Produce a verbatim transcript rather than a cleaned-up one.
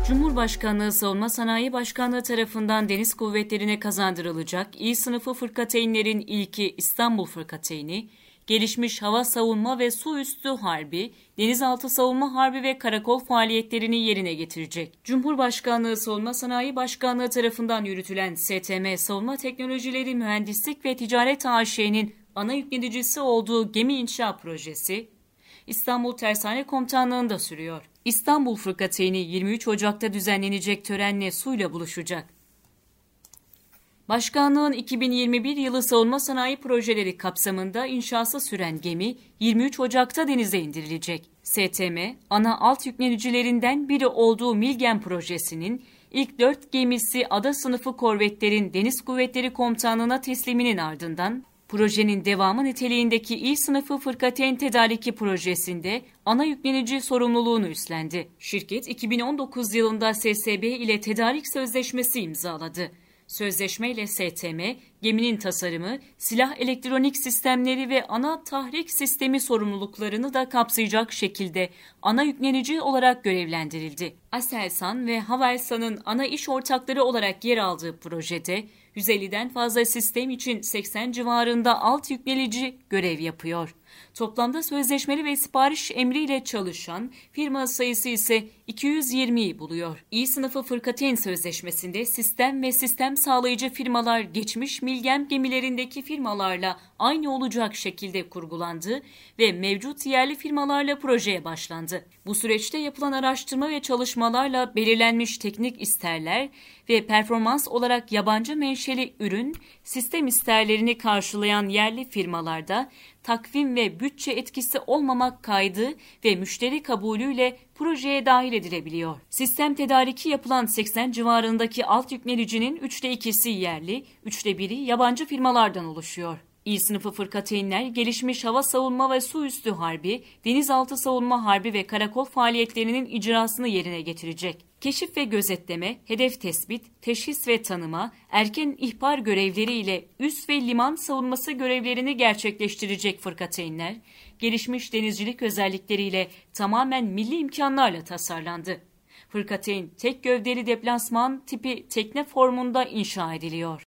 Cumhurbaşkanlığı Savunma Sanayi Başkanlığı tarafından Deniz Kuvvetleri'ne kazandırılacak İ sınıfı fırkateynlerin ilki İstanbul Fırkateyni, gelişmiş hava savunma ve su üstü harbi, denizaltı savunma harbi ve karakol faaliyetlerini yerine getirecek. Cumhurbaşkanlığı Savunma Sanayi Başkanlığı tarafından yürütülen S T M Savunma Teknolojileri Mühendislik ve Ticaret A Ş'nin ana yüklenicisi olduğu gemi inşa projesi, İstanbul Tersane Komutanlığı'nda sürüyor. İstanbul Fırkateyni yirmi üç Ocak'ta düzenlenecek törenle suyla buluşacak. Başkanlığın iki bin yirmi bir yılı savunma sanayi projeleri kapsamında inşası süren gemi yirmi üç Ocak'ta denize indirilecek. S T M, ana alt yüklenicilerinden biri olduğu Milgem projesinin ilk dört gemisi ada sınıfı korvetlerin Deniz Kuvvetleri Komutanlığı'na tesliminin ardından, projenin devamı niteliğindeki İ sınıfı fırkateyn tedariki projesinde ana yüklenici sorumluluğunu üstlendi. Şirket iki bin on dokuz yılında S S B ile tedarik sözleşmesi imzaladı. Sözleşmeyle S T M, geminin tasarımı, silah elektronik sistemleri ve ana tahrik sistemi sorumluluklarını da kapsayacak şekilde ana yüklenici olarak görevlendirildi. Aselsan ve Havelsan'ın ana iş ortakları olarak yer aldığı projede yüz elliden fazla sistem için seksen civarında alt yüklenici görev yapıyor. Toplamda sözleşmeli ve sipariş emriyle çalışan firma sayısı ise iki yüz yirmiyi buluyor. İ sınıfı fırkateyn sözleşmesinde sistem ve sistem sağlayıcı firmalar geçmiş Milgem gemilerindeki firmalarla aynı olacak şekilde kurgulandı ve mevcut yerli firmalarla projeye başlandı. Bu süreçte yapılan araştırma ve çalışmalarla belirlenmiş teknik isterler ve performans olarak yabancı menşeli ürün, sistem isterlerini karşılayan yerli firmalarda takvim ve bütçe etkisi olmamak kaydı ve müşteri kabulüyle projeye dahil edilebiliyor. Sistem tedariki yapılan seksen civarındaki alt yüklenicinin üçte ikisi yerli, üçte biri yabancı firmalardan oluşuyor. İ sınıfı fırkateynler gelişmiş hava savunma ve su üstü harbi, denizaltı savunma harbi ve karakol faaliyetlerinin icrasını yerine getirecek. Keşif ve gözetleme, hedef tespit, teşhis ve tanıma, erken ihbar görevleri ile üs ve liman savunması görevlerini gerçekleştirecek fırkateynler, gelişmiş denizcilik özellikleriyle tamamen milli imkanlarla tasarlandı. Fırkateyn, tek gövdeli deplasman tipi tekne formunda inşa ediliyor.